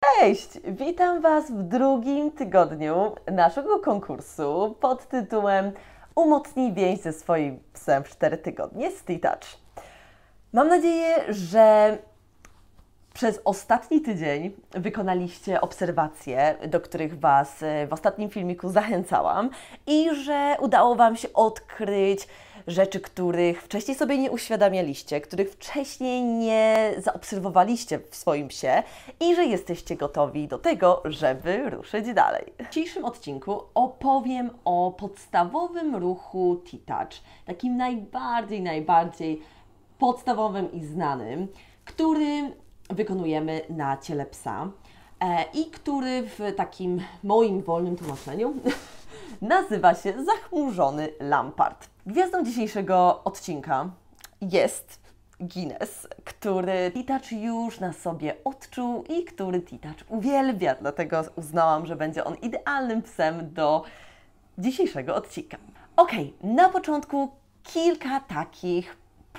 Cześć! Witam Was w drugim tygodniu naszego konkursu pod tytułem Umocnij więź ze swoim psem w 4 tygodnie z T-Touch. Mam nadzieję, że przez ostatni tydzień wykonaliście obserwacje, do których Was w ostatnim filmiku zachęcałam i że udało Wam się odkryć rzeczy, których wcześniej sobie nie uświadamialiście, których wcześniej nie zaobserwowaliście w swoim psie i że jesteście gotowi do tego, żeby ruszyć dalej. W dzisiejszym odcinku opowiem o podstawowym ruchu T-Touch, takim najbardziej podstawowym i znanym, który wykonujemy na ciele psa i który w takim moim wolnym tłumaczeniu nazywa się zachmurzony Lampart. Gwiazdą dzisiejszego odcinka jest Guinness, który T-Touch już na sobie odczuł i który T-Touch uwielbia, dlatego uznałam, że będzie on idealnym psem do dzisiejszego odcinka. Ok, na początku kilka takich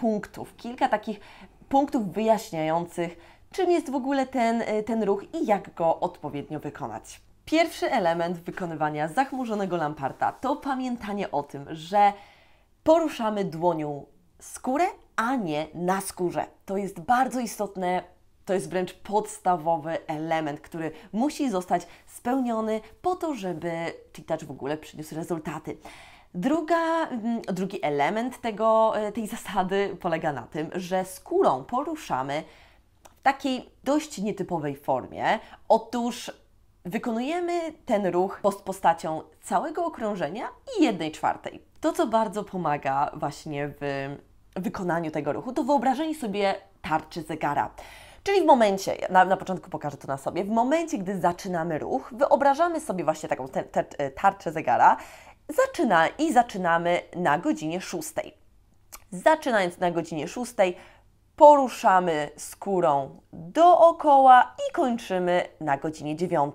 punktów wyjaśniających, czym jest w ogóle ten ruch i jak go odpowiednio wykonać. Pierwszy element wykonywania zachmurzonego Lamparta to pamiętanie o tym, że poruszamy dłonią skórę, a nie na skórze. To jest bardzo istotne, to jest wręcz podstawowy element, który musi zostać spełniony po to, żeby T-Touch w ogóle przyniósł rezultaty. Drugi element tej zasady polega na tym, że skórą poruszamy w takiej dość nietypowej formie. Otóż wykonujemy ten ruch w postacią całego okrążenia i 1/4. To, co bardzo pomaga właśnie w wykonaniu tego ruchu, to wyobrażenie sobie tarczy zegara. Czyli w momencie, na początku pokażę to na sobie, w momencie, gdy zaczynamy ruch, wyobrażamy sobie właśnie taką tarczę zegara, zaczynamy na godzinie 6. Zaczynając na godzinie 6, poruszamy skórą dookoła i kończymy na godzinie 9.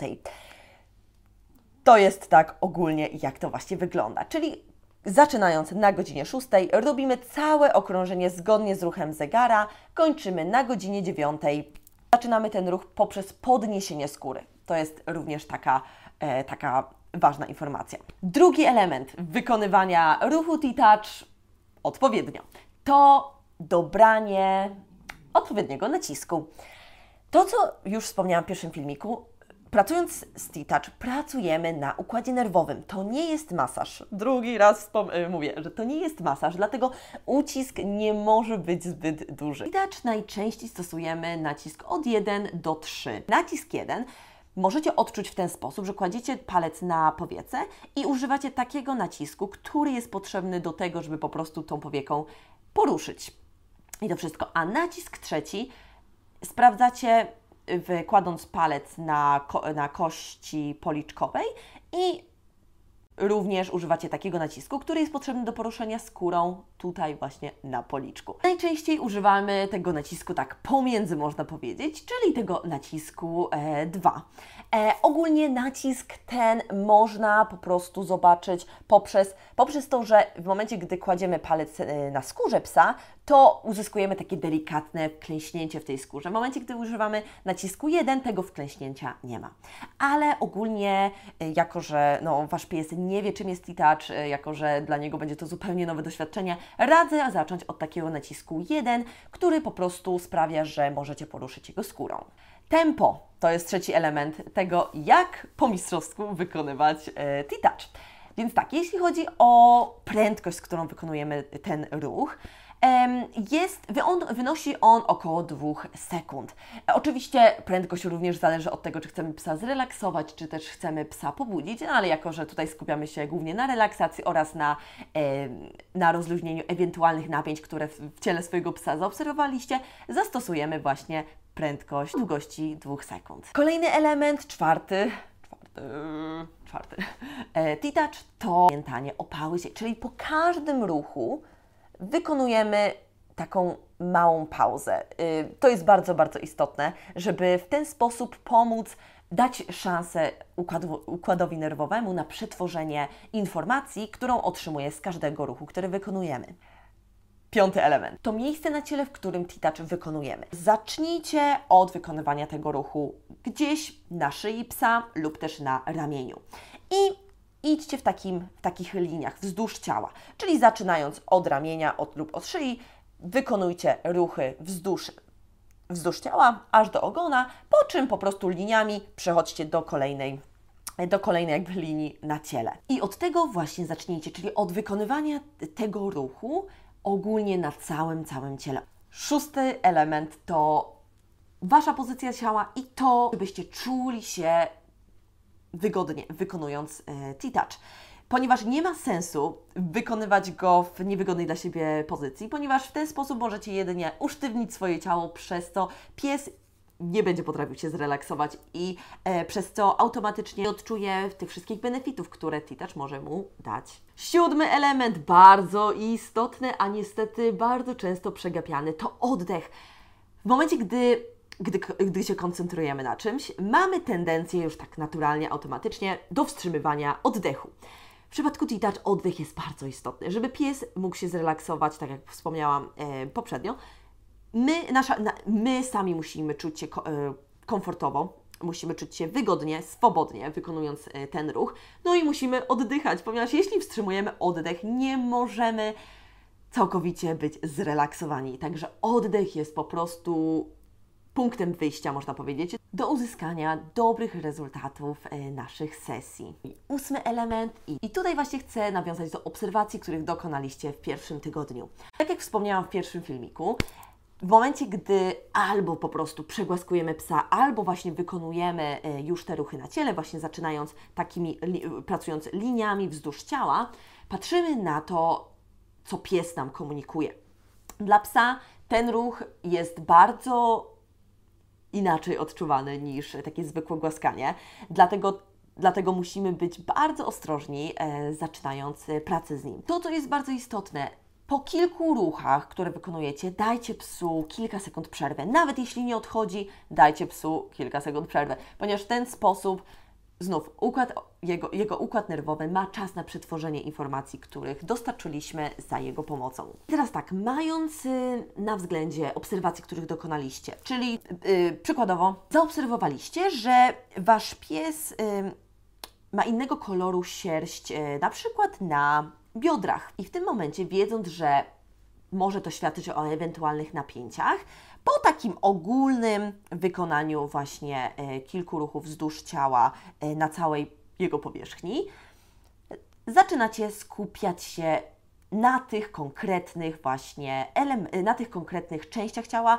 To jest tak ogólnie, jak to właśnie wygląda. Czyli zaczynając na godzinie 6, robimy całe okrążenie zgodnie z ruchem zegara, kończymy na godzinie 9. Zaczynamy ten ruch poprzez podniesienie skóry. To jest również taka ważna informacja. Drugi element wykonywania ruchu T-Touch odpowiednio to dobranie odpowiedniego nacisku. To, co już wspomniałam w pierwszym filmiku, pracując z T-Touch, pracujemy na układzie nerwowym. To nie jest masaż. Drugi raz mówię, że to nie jest masaż, dlatego ucisk nie może być zbyt duży. T-Touch najczęściej stosujemy nacisk od 1 do 3. Nacisk 1 możecie odczuć w ten sposób, że kładziecie palec na powiece i używacie takiego nacisku, który jest potrzebny do tego, żeby po prostu tą powieką poruszyć. I to wszystko. A nacisk 3 sprawdzacie kładąc palec na kości policzkowej i również używacie takiego nacisku, który jest potrzebny do poruszenia skórą tutaj właśnie na policzku. Najczęściej używamy tego nacisku tak pomiędzy, można powiedzieć, czyli tego nacisku 2. Ogólnie nacisk ten można po prostu zobaczyć poprzez to, że w momencie, gdy kładziemy palec na skórze psa, to uzyskujemy takie delikatne wklęśnięcie w tej skórze. W momencie, gdy używamy nacisku 1, tego wklęśnięcia nie ma. Ale ogólnie, jako że Wasz pies nie wie, czym jest T-Touch, jako że dla niego będzie to zupełnie nowe doświadczenie, radzę zacząć od takiego nacisku 1, który po prostu sprawia, że możecie poruszyć jego skórą. Tempo to jest trzeci element tego, jak po mistrzowsku wykonywać T-Touch. Więc tak, jeśli chodzi o prędkość, z którą wykonujemy ten ruch, wynosi on około 2 sekund. Oczywiście prędkość również zależy od tego, czy chcemy psa zrelaksować, czy też chcemy psa pobudzić, ale jako że tutaj skupiamy się głównie na relaksacji oraz na rozluźnieniu ewentualnych napięć, które w ciele swojego psa zaobserwowaliście, zastosujemy właśnie prędkość długości 2 sekund. Kolejny element, czwarty T-Touch to pamiętanie o pauzie, czyli po każdym ruchu wykonujemy taką małą pauzę. To jest bardzo istotne, żeby w ten sposób pomóc dać szansę układowi nerwowemu na przetworzenie informacji, którą otrzymuje z każdego ruchu, który wykonujemy. Piąty element to miejsce na ciele, w którym T-touch wykonujemy. Zacznijcie od wykonywania tego ruchu gdzieś na szyi psa lub też na ramieniu. I idźcie w takich liniach wzdłuż ciała, czyli zaczynając od ramienia lub od szyi, wykonujcie ruchy wzdłuż ciała, aż do ogona, po czym po prostu liniami przechodźcie do kolejnej jakby linii na ciele. I od tego właśnie zacznijcie, czyli od wykonywania tego ruchu ogólnie na całym ciele. Szósty element to Wasza pozycja ciała i to, żebyście czuli się wygodnie wykonując T-touch. Ponieważ nie ma sensu wykonywać go w niewygodnej dla siebie pozycji, ponieważ w ten sposób możecie jedynie usztywnić swoje ciało, przez to pies nie będzie potrafił się zrelaksować i przez co automatycznie odczuje tych wszystkich benefitów, które T-touch może mu dać. Siódmy element, bardzo istotny, a niestety bardzo często przegapiany, to oddech. W momencie, gdy się koncentrujemy na czymś, mamy tendencję już tak naturalnie, automatycznie do wstrzymywania oddechu. W przypadku T-touch oddech jest bardzo istotny, żeby pies mógł się zrelaksować, tak jak wspomniałam poprzednio. My sami musimy czuć się komfortowo, musimy czuć się wygodnie, swobodnie wykonując ten ruch, no i musimy oddychać, ponieważ jeśli wstrzymujemy oddech, nie możemy całkowicie być zrelaksowani. Także oddech jest po prostu punktem wyjścia, można powiedzieć, do uzyskania dobrych rezultatów naszych sesji. Ósmy element i tutaj właśnie chcę nawiązać do obserwacji, których dokonaliście w pierwszym tygodniu. Tak jak wspomniałam w pierwszym filmiku, w momencie, gdy albo po prostu przegłaskujemy psa, albo właśnie wykonujemy już te ruchy na ciele, właśnie zaczynając pracując liniami wzdłuż ciała, patrzymy na to, co pies nam komunikuje. Dla psa ten ruch jest bardzo inaczej odczuwany niż takie zwykłe głaskanie, dlatego musimy być bardzo ostrożni, zaczynając pracę z nim. To, co jest bardzo istotne, po kilku ruchach, które wykonujecie, dajcie psu kilka sekund przerwy. Nawet jeśli nie odchodzi, dajcie psu kilka sekund przerwy, ponieważ w ten sposób znów jego układ nerwowy ma czas na przetworzenie informacji, których dostarczyliśmy za jego pomocą. I teraz tak, mając na względzie obserwacje, których dokonaliście, czyli przykładowo zaobserwowaliście, że Wasz pies ma innego koloru sierść, na przykład na biodrach. I w tym momencie, wiedząc, że może to świadczyć o ewentualnych napięciach, po takim ogólnym wykonaniu właśnie kilku ruchów wzdłuż ciała na całej jego powierzchni, zaczynacie skupiać się na tych konkretnych właśnie na tych konkretnych częściach ciała,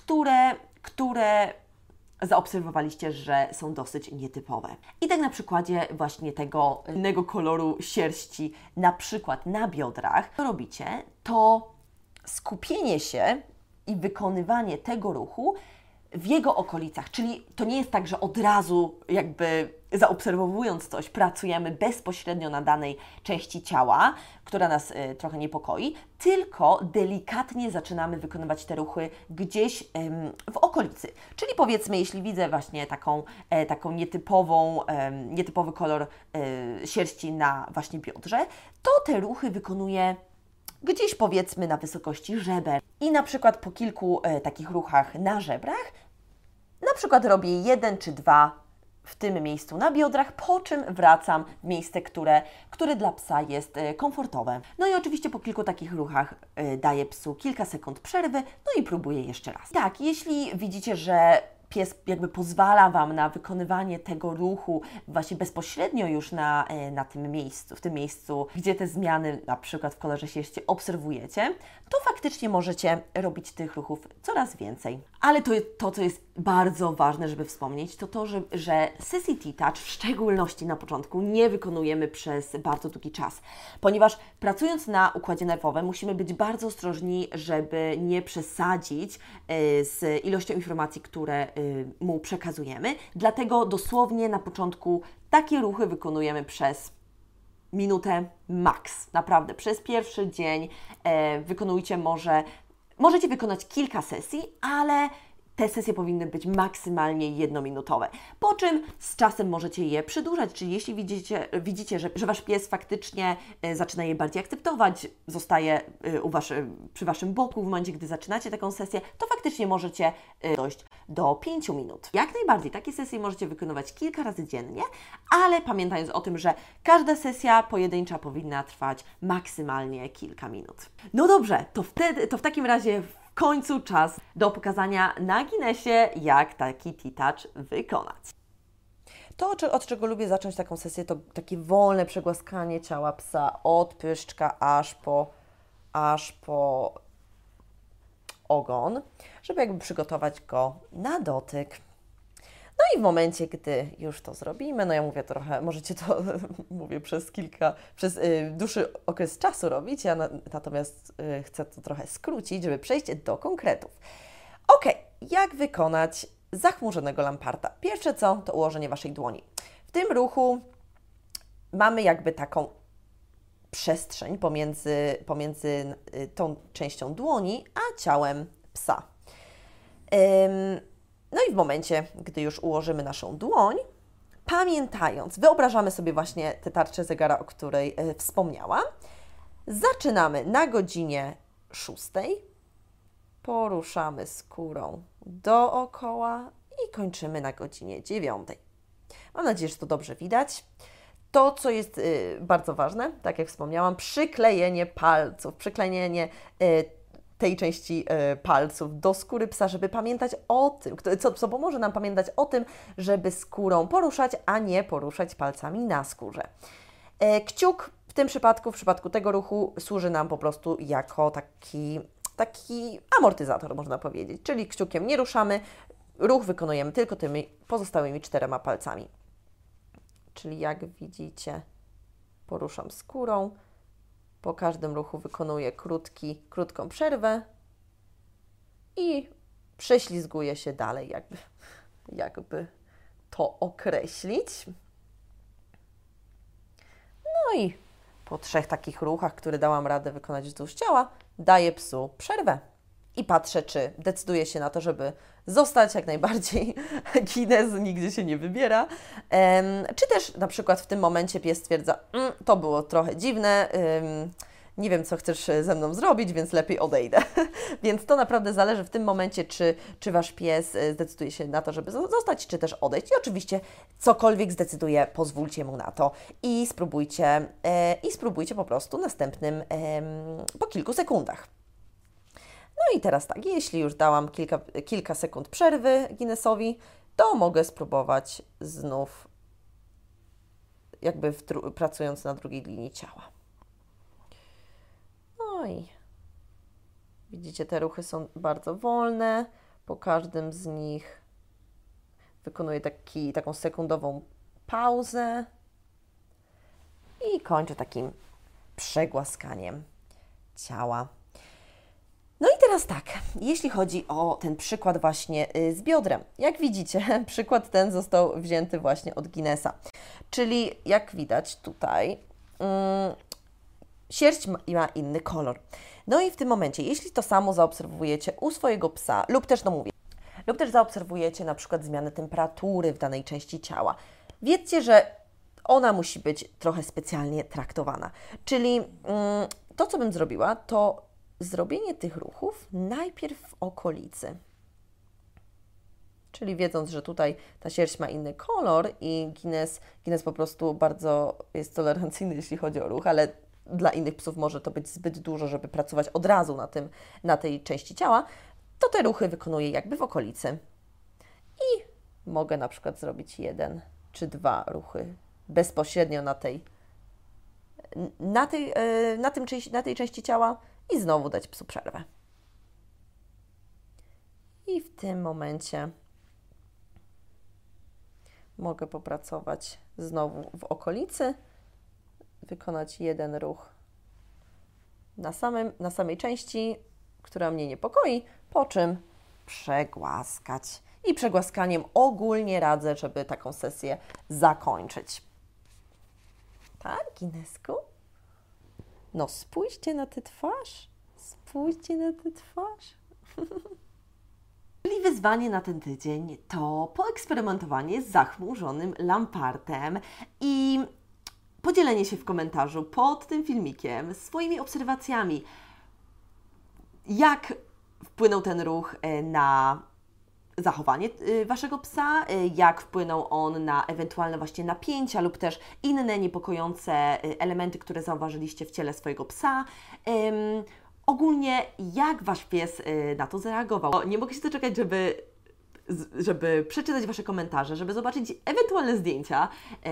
które zaobserwowaliście, że są dosyć nietypowe. I tak na przykładzie właśnie tego innego koloru sierści, na przykład na biodrach, co robicie, to skupienie się i wykonywanie tego ruchu w jego okolicach, czyli to nie jest tak, że od razu jakby zaobserwowując coś, pracujemy bezpośrednio na danej części ciała, która nas trochę niepokoi, tylko delikatnie zaczynamy wykonywać te ruchy gdzieś w okolicy. Czyli powiedzmy, jeśli widzę właśnie taką nietypowy kolor sierści na właśnie biodrze, to te ruchy wykonuję gdzieś powiedzmy na wysokości żeber. I na przykład po kilku takich ruchach na żebrach, na przykład robię 1 czy 2 w tym miejscu na biodrach, po czym wracam w miejsce, które dla psa jest komfortowe. No i oczywiście po kilku takich ruchach daję psu kilka sekund przerwy, no i próbuję jeszcze raz. Tak, jeśli widzicie, że pies jakby pozwala Wam na wykonywanie tego ruchu właśnie bezpośrednio już na tym miejscu, w tym miejscu, gdzie te zmiany na przykład w kolorze sierści obserwujecie, to faktycznie możecie robić tych ruchów coraz więcej. Ale to co jest bardzo ważne, żeby wspomnieć, to to, że sesji T-touch, w szczególności na początku, nie wykonujemy przez bardzo długi czas, ponieważ pracując na układzie nerwowym musimy być bardzo ostrożni, żeby nie przesadzić z ilością informacji, które mu przekazujemy. Dlatego dosłownie na początku takie ruchy wykonujemy przez minutę max. Naprawdę, przez pierwszy dzień wykonujcie możecie wykonać kilka sesji, ale te sesje powinny być maksymalnie jednominutowe. Po czym z czasem możecie je przedłużać, czyli jeśli widzicie że Wasz pies faktycznie zaczyna je bardziej akceptować, zostaje przy Waszym boku w momencie, gdy zaczynacie taką sesję, to faktycznie możecie dojść do 5 minut. Jak najbardziej, takie sesje możecie wykonywać kilka razy dziennie, ale pamiętając o tym, że każda sesja pojedyncza powinna trwać maksymalnie kilka minut. No dobrze, to w takim razie w końcu czas do pokazania na Guinnessie, jak taki T-Touch wykonać. To, od czego lubię zacząć taką sesję, to takie wolne przegłaskanie ciała psa od pyszczka aż po ogon, żeby jakby przygotować go na dotyk. No i w momencie, gdy już to zrobimy, no ja mówię trochę, możecie to, mówię przez dłuższy okres czasu robić, ja natomiast chcę to trochę skrócić, żeby przejść do konkretów. Ok, jak wykonać zachmurzonego lamparta? Pierwsze co, to ułożenie Waszej dłoni. W tym ruchu mamy jakby taką przestrzeń pomiędzy tą częścią dłoni a ciałem psa. No i w momencie, gdy już ułożymy naszą dłoń, pamiętając, wyobrażamy sobie właśnie tę tarczę zegara, o której wspomniałam, zaczynamy na godzinie 6, poruszamy skórą dookoła i kończymy na godzinie 9. Mam nadzieję, że to dobrze widać. To, co jest bardzo ważne, tak jak wspomniałam, przyklejenie palców, przyklejenie tej części palców do skóry psa, żeby pamiętać o tym, co pomoże nam pamiętać o tym, żeby skórą poruszać, a nie poruszać palcami na skórze. Kciuk w tym przypadku, w przypadku tego ruchu, służy nam po prostu jako taki amortyzator, można powiedzieć, czyli kciukiem nie ruszamy, ruch wykonujemy tylko tymi pozostałymi 4 palcami. Czyli jak widzicie, poruszam skórą, po każdym ruchu wykonuję krótką przerwę i prześlizguję się dalej, jakby to określić. No i po 3 takich ruchach, które dałam radę wykonać wzdłuż ciała, daję psu przerwę i patrzę, czy decyduje się na to, żeby zostać. Jak najbardziej. Guinness nigdzie się nie wybiera. Czy też na przykład w tym momencie pies stwierdza, to było trochę dziwne, nie wiem, co chcesz ze mną zrobić, więc lepiej odejdę. Więc to naprawdę zależy w tym momencie, czy Wasz pies zdecyduje się na to, żeby zostać, czy też odejść. I oczywiście cokolwiek zdecyduje, pozwólcie mu na to i spróbujcie po prostu następnym po kilku sekundach. No i teraz tak, jeśli już dałam kilka sekund przerwy Guinnessowi, to mogę spróbować znów jakby pracując na drugiej linii ciała. No i widzicie, te ruchy są bardzo wolne. Po każdym z nich wykonuję taką sekundową pauzę i kończę takim przegłaskaniem ciała. No i teraz tak, jeśli chodzi o ten przykład właśnie z biodrem. Jak widzicie, przykład ten został wzięty właśnie od Guinnessa. Czyli jak widać tutaj, sierść ma inny kolor. No i w tym momencie, jeśli to samo zaobserwujecie u swojego psa, lub też zaobserwujecie na przykład zmianę temperatury w danej części ciała, wiedzcie, że ona musi być trochę specjalnie traktowana. Czyli to, co bym zrobiła, to zrobienie tych ruchów najpierw w okolicy. Czyli wiedząc, że tutaj ta sierść ma inny kolor i Guinness po prostu bardzo jest tolerancyjny, jeśli chodzi o ruch, ale dla innych psów może to być zbyt dużo, żeby pracować od razu na tej części ciała, to te ruchy wykonuję jakby w okolicy. I mogę na przykład zrobić 1 czy 2 ruchy bezpośrednio na tej części ciała i znowu dać psu przerwę. I w tym momencie mogę popracować znowu w okolicy, wykonać 1 ruch na samej części, która mnie niepokoi, po czym przegłaskać. I przegłaskaniem ogólnie radzę, żeby taką sesję zakończyć. Tak, Guinnessku? No spójrzcie na tę twarz. Spójrzcie na tę twarz. Czyli wyzwanie na ten tydzień to poeksperymentowanie z zachmurzonym lampartem i podzielenie się w komentarzu pod tym filmikiem swoimi obserwacjami, jak wpłynął ten ruch na zachowanie Waszego psa, jak wpłynął on na ewentualne właśnie napięcia lub też inne niepokojące elementy, które zauważyliście w ciele swojego psa. Ogólnie, jak Wasz pies na to zareagował. Nie mogę się doczekać, żeby przeczytać Wasze komentarze, żeby zobaczyć ewentualne zdjęcia,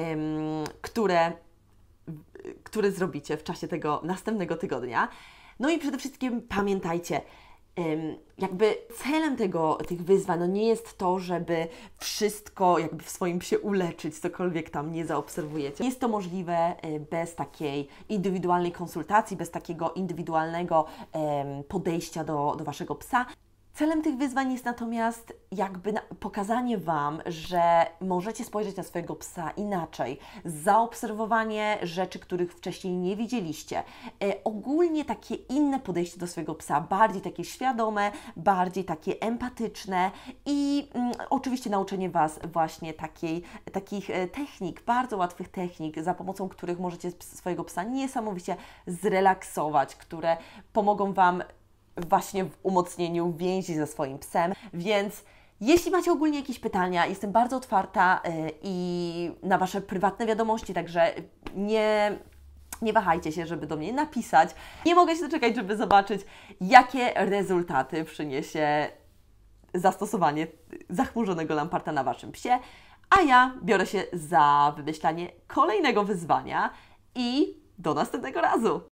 które zrobicie w czasie tego następnego tygodnia. No i przede wszystkim pamiętajcie, jakby celem tych wyzwań nie jest to, żeby wszystko jakby w swoim psie uleczyć, cokolwiek tam nie zaobserwujecie. Jest to możliwe bez takiej indywidualnej konsultacji, bez takiego indywidualnego podejścia do Waszego psa. Celem tych wyzwań jest natomiast jakby pokazanie Wam, że możecie spojrzeć na swojego psa inaczej, zaobserwowanie rzeczy, których wcześniej nie widzieliście. Ogólnie takie inne podejście do swojego psa, bardziej takie świadome, bardziej takie empatyczne i oczywiście nauczenie Was właśnie takich technik, bardzo łatwych technik, za pomocą których możecie swojego psa niesamowicie zrelaksować, które pomogą Wam właśnie w umocnieniu więzi ze swoim psem, więc jeśli macie ogólnie jakieś pytania, jestem bardzo otwarta i na Wasze prywatne wiadomości, także nie wahajcie się, żeby do mnie napisać. Nie mogę się doczekać, żeby zobaczyć, jakie rezultaty przyniesie zastosowanie zachmurzonego lamparta na Waszym psie, a ja biorę się za wymyślanie kolejnego wyzwania i do następnego razu!